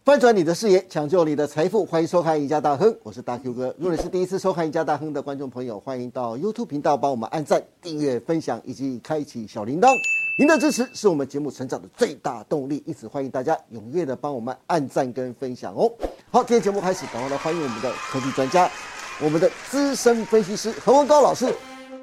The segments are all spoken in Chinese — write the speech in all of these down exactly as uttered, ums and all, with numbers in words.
翻转你的视野，抢救你的财富，欢迎收看《赢家大亨》，我是大 Q 哥。如果你是第一次收看《赢家大亨》的观众朋友，欢迎到 YouTube 频道帮我们按赞、订阅、分享以及开启小铃铛。您的支持是我们节目成长的最大动力，因此欢迎大家踊跃的帮我们按赞跟分享哦。好，今天节目开始，赶快来欢迎我们的科技专家，我们的资深分析师何文高老师。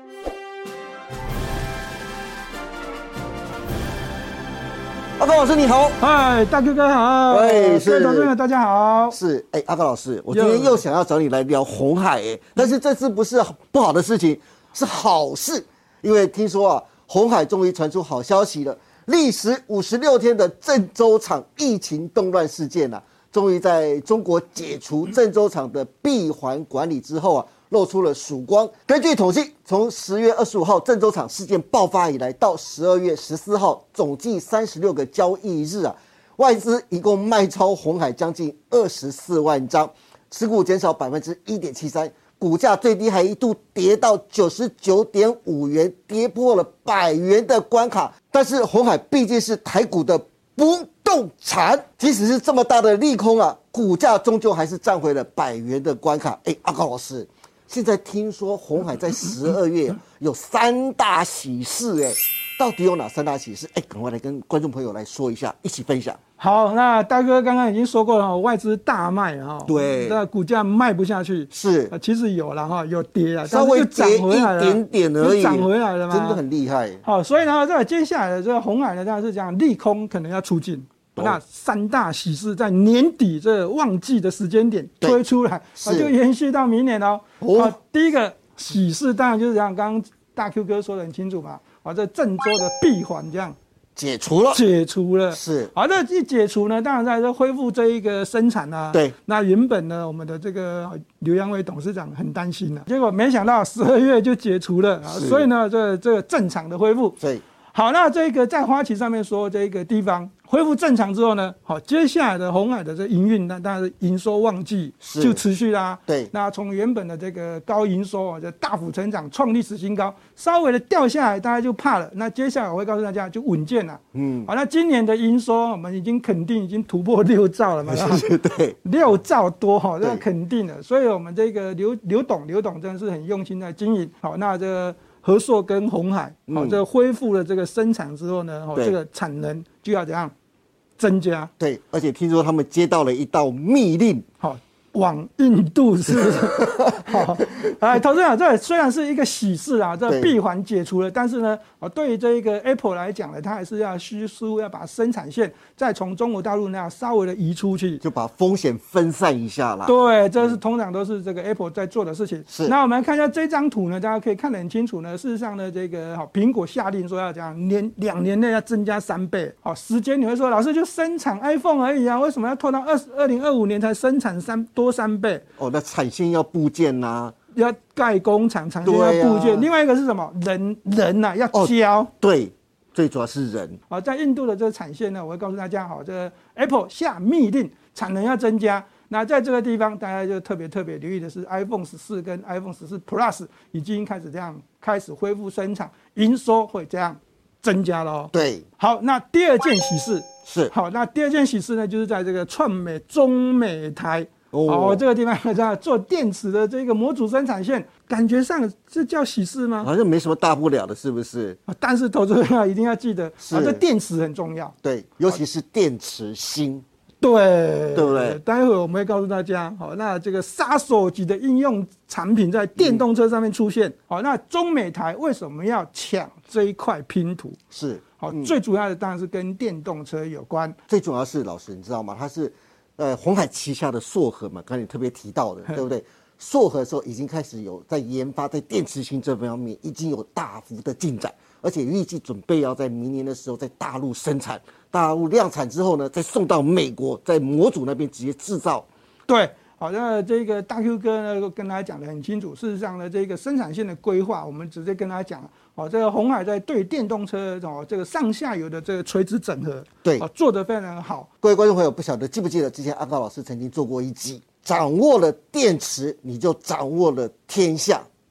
阿高老师你好。 嗨，大 Q 哥好。 哎， 各位投资朋友大家好。 是，哎，阿高老师，我今天又想要找你来聊鸿海，哎，但是这次不是不好的事情，是好事，因为听说啊，鸿海终于传出好消息了，历时五十六天的郑州厂疫情动乱事件啊，终于在中国解除郑州厂的闭环管理之后啊，露出了曙光。根据统计，从十月二十五号郑州厂事件爆发以来，到十二月十四号，总计三十六个交易日啊，外资一共卖超鸿海将近二十四万张，持股减少百分之一点七三，股价最低还一度跌到九十九点五元，跌破了百元的关卡。但是鸿海毕竟是台股的不动产，即使是这么大的利空啊，股价终究还是站回了百元的关卡。哎，阿高老师。现在听说鸿海在十二月有三大喜事，哎，到底有哪三大喜事？哎，赶快来跟观众朋友来说一下，一起分享。 好，那大哥刚刚已经说过了，外资大卖哈， 对， 那股价卖不下去， 是， 呃、其实有了哈，有跌了， 稍微涨回来了， 一点点而已， 涨回来了嘛， 真的很厉害。 好，所以呢，这个接下来的这个鸿海呢，当然是讲利空可能要出尽。哦、那三大喜事在年底这旺季的时间点推出来，啊，就延续到明年哦。哦、啊，第一个喜事当然就是像刚刚大 Q 哥说的很清楚嘛，啊，这郑州的闭环这样解除了， 解除了， 是。 好，这一解除呢，当然在这恢复这一个生产啊。 对。 那原本呢，我们的这个刘扬伟董事长很担心啊，结果没想到十二月就解除了，啊，所以呢，这这个正常的恢复。 对。 好，那这个在花旗上面说这个地方恢复正常之后呢，好，接下来的鸿海的这营运，那当然是营收旺季就持续啦。 对， 那从原本的这个高营收啊，就大幅成长，创历史新高，稍微的掉下来，大家就怕了。那接下来我会告诉大家，就稳健了。嗯，好，那今年的营收我们已经肯定已经突破六兆了嘛？ 对， 六兆多哈，这个肯定的。所以我们这个刘刘董刘董真的是很用心在经营。好，那这个。和硕跟鸿海，好、嗯，这个恢复了这个生产之后呢，哦，这个产能就要怎样增加？ 对，而且听说他们接到了一道密令， 好，往印度是不是？好，哎，投资者，这虽然是一个喜事啊，这闭环解除了，但是呢，哦，对于这一个 Apple 来讲呢，它还是要需似要把生产线再从中国大陆那样稍微的移出去， 就把风险分散一下啦。 对，这是通常都是这个 Apple 在做的事情。 是。 那我们看一下这张图呢，大家可以看得很清楚呢。事实上呢，这个好，苹果下令说要讲年两年内要增加三倍。好，时间你会说，老师就生产 iPhone 而已啊，为什么要拖到二二零二五年才生产三多三倍？ 哦，那产线要部件呐、啊。 要盖工厂，厂线要部件、啊。另外一个是什么？人人呐、啊，要教、哦。 对，最主要是人。 好，在印度的这个产线呢，我会告诉大家，好，这个 Apple 下密令，产能要增加。那在这个地方，大家就特别特别留意的是 ，iPhone 十四跟 iPhone 十四 Plus 已经开始这样开始恢复生产，营收会这样增加了哦。 对。 好，那第二件喜事是好，那第二件喜事呢，就是在这个创美中美台。哦，这个地方这样做电池的这个模组生产线，感觉上这叫喜事吗？ 好像没什么大不了的，是不是？ 但是投资人一定要记得，啊，这电池很重要。 对，尤其是电池芯。 对， 对不对？ 待会我们会告诉大家，好，那这个杀手级的应用产品在电动车上面出现，好，那中美台为什么要抢这一块拼图？ 是， 好，最主要的当然是跟电动车有关。 最主要是老师，你知道吗？它是。呃，鸿海旗下的硕禾嘛，刚才你特别提到的，对不对？硕禾的时候已经开始有在研发，在电池芯这方面已经有大幅的进展，而且预计准备要在明年的时候在大陆生产，大陆量产之后呢，再送到美国，在模组那边直接制造。 对，好，那这个大 Q 哥呢，跟大家讲得很清楚。事实上呢，这个生产线的规划，我们直接跟大家讲了。哦，这个鸿海在对电动车哦，这个上下游的这个垂直整合， 对， 哦，做得非常好。 各位观众朋友，不晓得记不记得之前阿高老师曾经做过一集，掌握了电池，你就掌握了天下。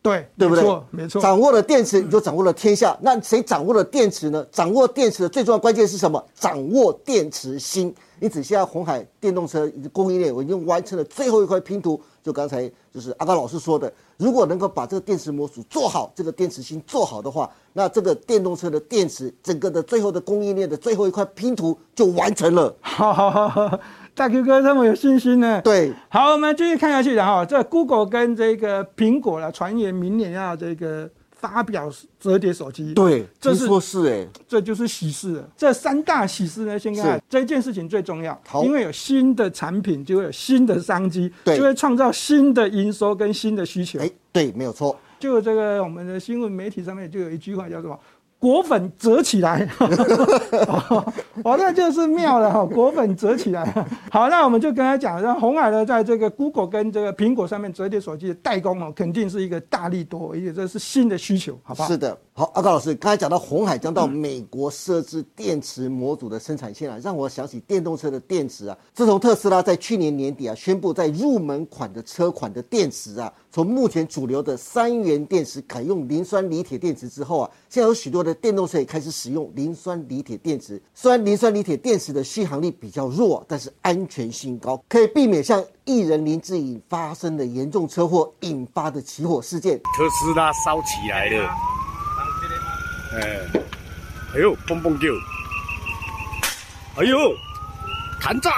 对， 对不对？ 没错，没错。 掌握了电池，你就掌握了天下。那谁掌握了电池呢？掌握电池的最重要关键是什么？掌握电池芯。因此，现在鸿海电动车供应链我已经完成了最后一块拼图。就刚才就是阿高老师说的，如果能够把这个电池模组做好，这个电池芯做好的话，那这个电动车的电池整个的最后的供应链的最后一块拼图就完成了。 好好好好。大 Q 哥这么有信心呢？ 对， 好，我们继续看下去的哈。这 Google 跟这个苹果啦，传言明年要这个发表折叠手机。 对， 这是说是哎、欸， 这就是喜事了。这三大喜事呢，先看这件事情最重要，因为有新的产品，就会有新的商机，就会创造新的营收跟新的需求。 哎，对，没有错。 就这个我们的新闻媒体上面就有一句话叫做果粉折起来，哦，那就是妙了哈！果粉折起来。好，那我们就跟他讲，让鸿海呢，在这个 Google 跟这个苹果上面折叠手机的代工哦，肯定是一个大利多，而且这是新的需求，好不好？ 是的。好，阿高老师刚才讲到鸿海将到美国设置电池模组的生产线啊，让我想起电动车的电池啊。自从特斯拉在去年年底啊宣布，在入门款的车款的电池啊，从目前主流的三元电池改用磷酸锂铁电池之后啊，现在有许多的电动车也开始使用磷酸锂铁电池。虽然磷酸锂铁电池的续航力比较弱，但是安全性高，可以避免像艺人林志颖发生的严重车祸引发的起火事件。 特斯拉烧起来了。哎，哎呦，蹦蹦叫！哎呦，弹炸！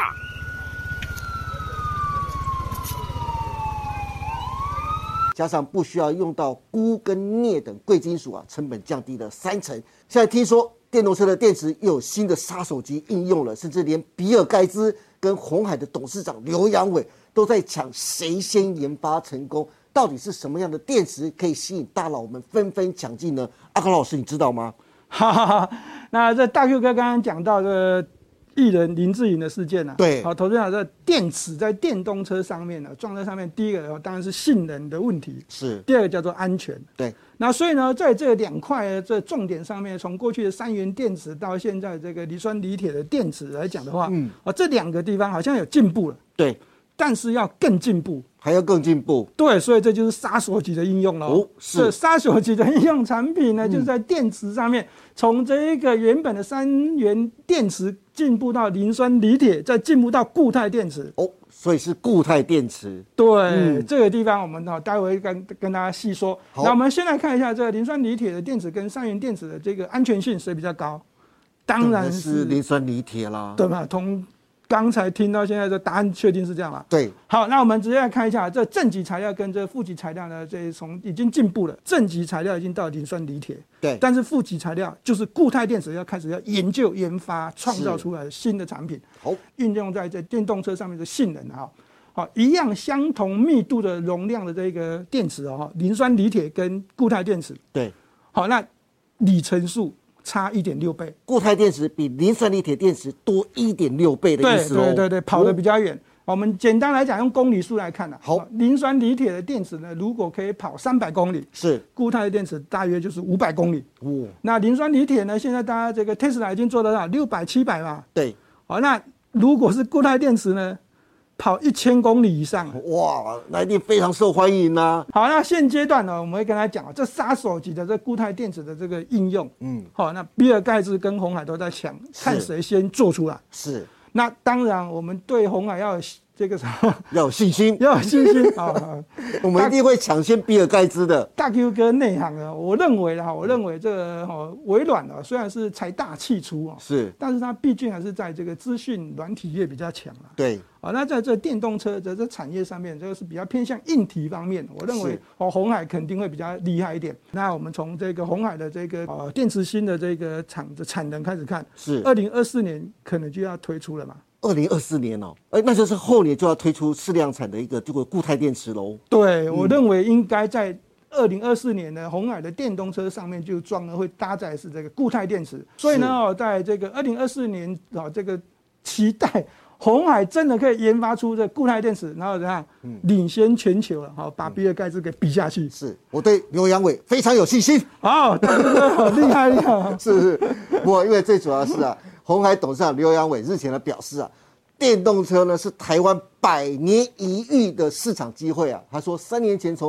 加上不需要用到钴跟镍等贵金属啊，成本降低了三成。现在听说电动车的电池又有新的杀手级应用了，甚至连比尔盖茨跟鸿海的董事长刘扬伟都在抢谁先研发成功。到底是什么样的电池可以吸引大佬们纷纷抢进呢？阿高老师，你知道吗？ 哈哈哈，那这大 Q 哥刚刚讲到的艺人林志颖的事件呢、啊？ 对， 好，投资者这电池在电动车上面呢，撞在上面，第一个当然是性能的问题， 是； 第二个叫做安全。 对， 那所以呢，在这两块这重点上面，从过去的三元电池到现在这个磷酸锂铁的电池来讲的话，嗯，啊，这两个地方好像有进步了。 对， 但是要更进步。 还要更进步， 对，所以这就是杀手级的应用了。哦，是这杀手级的应用产品呢，嗯、就是在电池上面，从这一个原本的三元电池进步到磷酸锂铁，再进步到固态电池。 哦，所以是固态电池。 对，嗯、这个地方我们呢，待会跟跟大家细说。那我们先来看一下这个磷酸锂铁的电池跟三元电池的这个安全性谁比较高？当然是磷酸锂铁啦， 对吧？同刚才听到现在的答案确定是这样了。 对， 好，那我们直接来看一下这正极材料跟这负极材料呢，这从已经进步了。正极材料已经到磷酸锂铁， 对， 但是负极材料就是固态电池要开始要研究研发，创造出来的新的产品，好，运用在这电动车上面的性能哈。好，一样相同密度的容量的这个电池哦，磷酸锂铁跟固态电池， 对， 好，那里程数差一点六倍， 固态电池比磷酸锂铁电池多一点六倍的意思哦。 对对对对，跑得比较远。哦、我们简单来讲，用公里数来看呢、啊， 好， 磷酸锂铁的电池呢，如果可以跑三百公里， 是固态的电池大约就是五百公里。哦，那磷酸锂铁呢，现在大家这个 Tesla 已经做得到六百、七百嘛。 对， 好，那如果是固态电池呢？跑一千公里以上， 哇，那一定非常受欢迎啊。 好，那现阶段呢，我们会跟他讲这杀手级的这固态电池的这个应用，嗯，好，那比尔盖茨跟鸿海都在抢，看谁先做出来。 是， 那当然，我们对鸿海要有这个什么， 要有信心， 要有信心啊！ 我们一定会抢先比尔盖茨的。 大 Q 哥内行啊，我认为哈，我认为这个哈微软啊，虽然是财大气粗啊， 是， 但是它毕竟还是在这个资讯软体业比较强啊。 对。 啊，那在这电动车的这产业上面，这个是比较偏向硬体方面，我认为哦，鸿海肯定会比较厉害一点。那我们从这个鸿海的这个呃电池芯的这个厂的产能开始看， 是二零二四年可能就要推出了嘛。 二零二四年哦，哎，那就是后年就要推出试量产的一个这个固态电池喽。 对，我认为应该在二零二四年呢，鸿海的电动车上面就装了会搭载是这个固态电池，所以呢，哦，在这个二零二四年啊，这个期待。鸿海真的可以研发出这固态电池，然后怎样领先全球了？好，把比尔盖茨给比下去。 是我对刘扬伟非常有信心。 哦，好厉害厉害！ 是是，不过因为最主要是啊，鸿海董事长刘扬伟日前的表示啊，电动车呢是台湾百年一遇的市场机会啊。他说，三年前从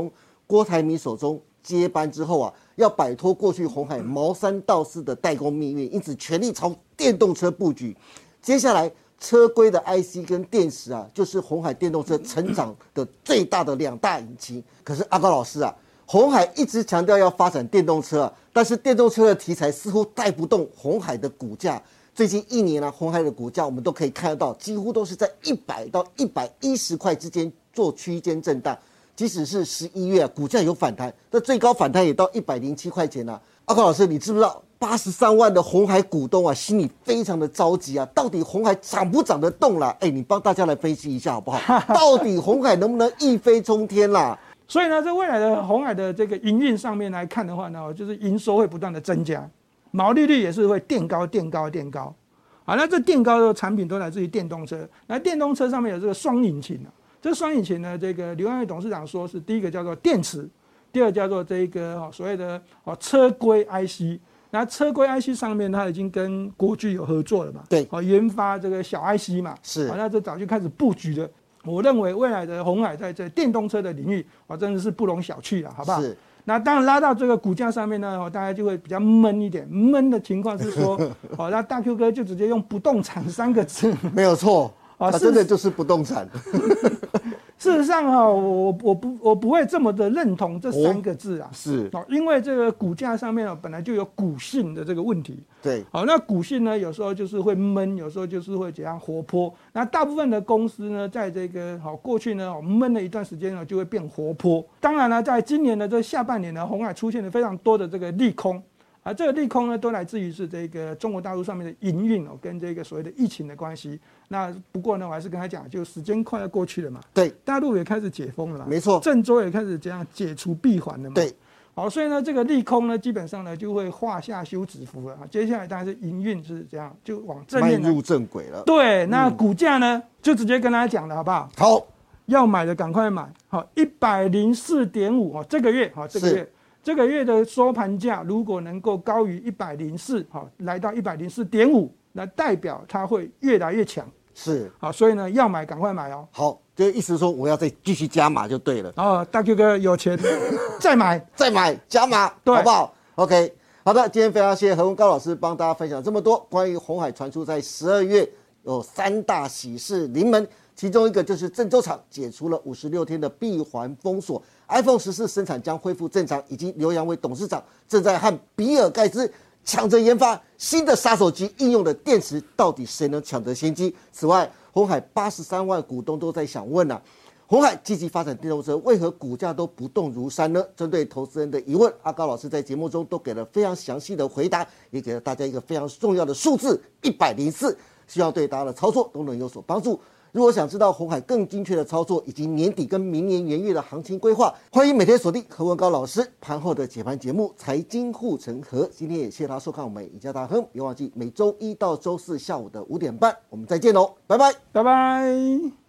郭台铭手中接班之后啊，要摆脱过去鸿海毛三到四的代工命运，因此全力朝电动车布局。接下来车规的 I C 跟电池啊，就是鸿海电动车成长的最大的两大引擎。可是阿高老师啊，鸿海一直强调要发展电动车啊，但是电动车的题材似乎带不动鸿海的股价。最近一年啊，鸿海的股价我们都可以看得到，几乎都是在一百到一百一十块之间做区间震荡。即使是十一月啊，股价有反弹，那最高反弹也到一百零七块钱啊。阿高老师，你知不知道八十三万的鸿海股东啊，心里非常的着急啊，到底鸿海涨不涨得动啦？哎，你帮大家来分析一下好不好？到底鸿海能不能一飞冲天啦？ 所以呢，在未来的鸿海的这个营运上面来看的话呢，就是营收会不断的增加。毛利率也是会垫高、垫高、垫高，好，那这垫高的产品都来自于电动车。那电动车上面有这个双引擎啊，这双引擎呢，这个刘安伟董事长说是第一个叫做电池，第二叫做这个哦所谓的哦车规 I C。那车规 I C 上面它已经跟国巨有合作了嘛？ 对， 哦研发这个小 I C 嘛， 是， 好，那这早就开始布局了。我认为未来的鸿海在这电动车的领域啊，真的是不容小觑了，好不好？ 是。 那当然拉到这个股价上面呢，大家就会比较闷一点。闷的情况是说，哦，那大 Q 哥就直接用不动产三个字， 没有错，啊，真的就是不动产。 事实上哈、哦，我我不我不会这么的认同这三个字啊， 哦、是哦，因为这个股价上面哦本来就有股性的这个问题， 对， 好、哦，那股性呢有时候就是会闷，有时候就是会怎样活泼。那大部分的公司呢，在这个好、哦、过去呢、哦、闷了一段时间呢，就会变活泼。当然了，在今年的这下半年呢，鸿海出现了非常多的这个利空。啊，这个利空呢，都来自于是这个中国大陆上面的营运哦，跟这个所谓的疫情的关系。那不过呢，我还是跟他讲，就时间快要过去了嘛。 对， 大陆也开始解封了嘛。 没错， 郑州也开始这样解除闭环了嘛。 对， 好，所以呢，这个利空呢，基本上呢就会画下休止符了。接下来当然是营运是这样，就往正面迈入正轨了。 对，那股价呢，嗯、就直接跟大家讲了，好不好？ 好， 要买的赶快买。好，一百零四点五哦，这个月好，这个月。这个月的收盘价如果能够高于一百零四，好，来到一百零四点五，那代表它会越来越强。 是， 好，所以呢，要买赶快买哦。 好，就意思说我要再继续加码就对了。 哦，大 Q 哥有钱，再买， 再买，加码，好不好 ？OK， 好的，今天非常谢谢何文高老师帮大家分享这么多关于鸿海传出在十二月有三大喜事临门。其中一个就是郑州厂解除了五十六天的闭环封锁 ，iPhone 十四生产将恢复正常，以及刘扬伟董事长正在和比尔盖茨抢着研发新的杀手机应用的电池，到底谁能抢得先机？此外，鸿海八十三万股东都在想问啊，鸿海积极发展电动车，为何股价都不动如山呢？针对投资人的疑问，阿高老师在节目中都给了非常详细的回答，也给了大家一个非常重要的数字一百零四，希望对大家的操作都能有所帮助。如果想知道鸿海更精确的操作以及年底跟明年元月的行情规划，欢迎每天锁定何文高老师盘后的解盘节目《财经护城河》。今天也谢谢大家收看我们赢家大亨，别忘记每周一到周四下午的五点半，我们再见喽，拜拜， 拜拜。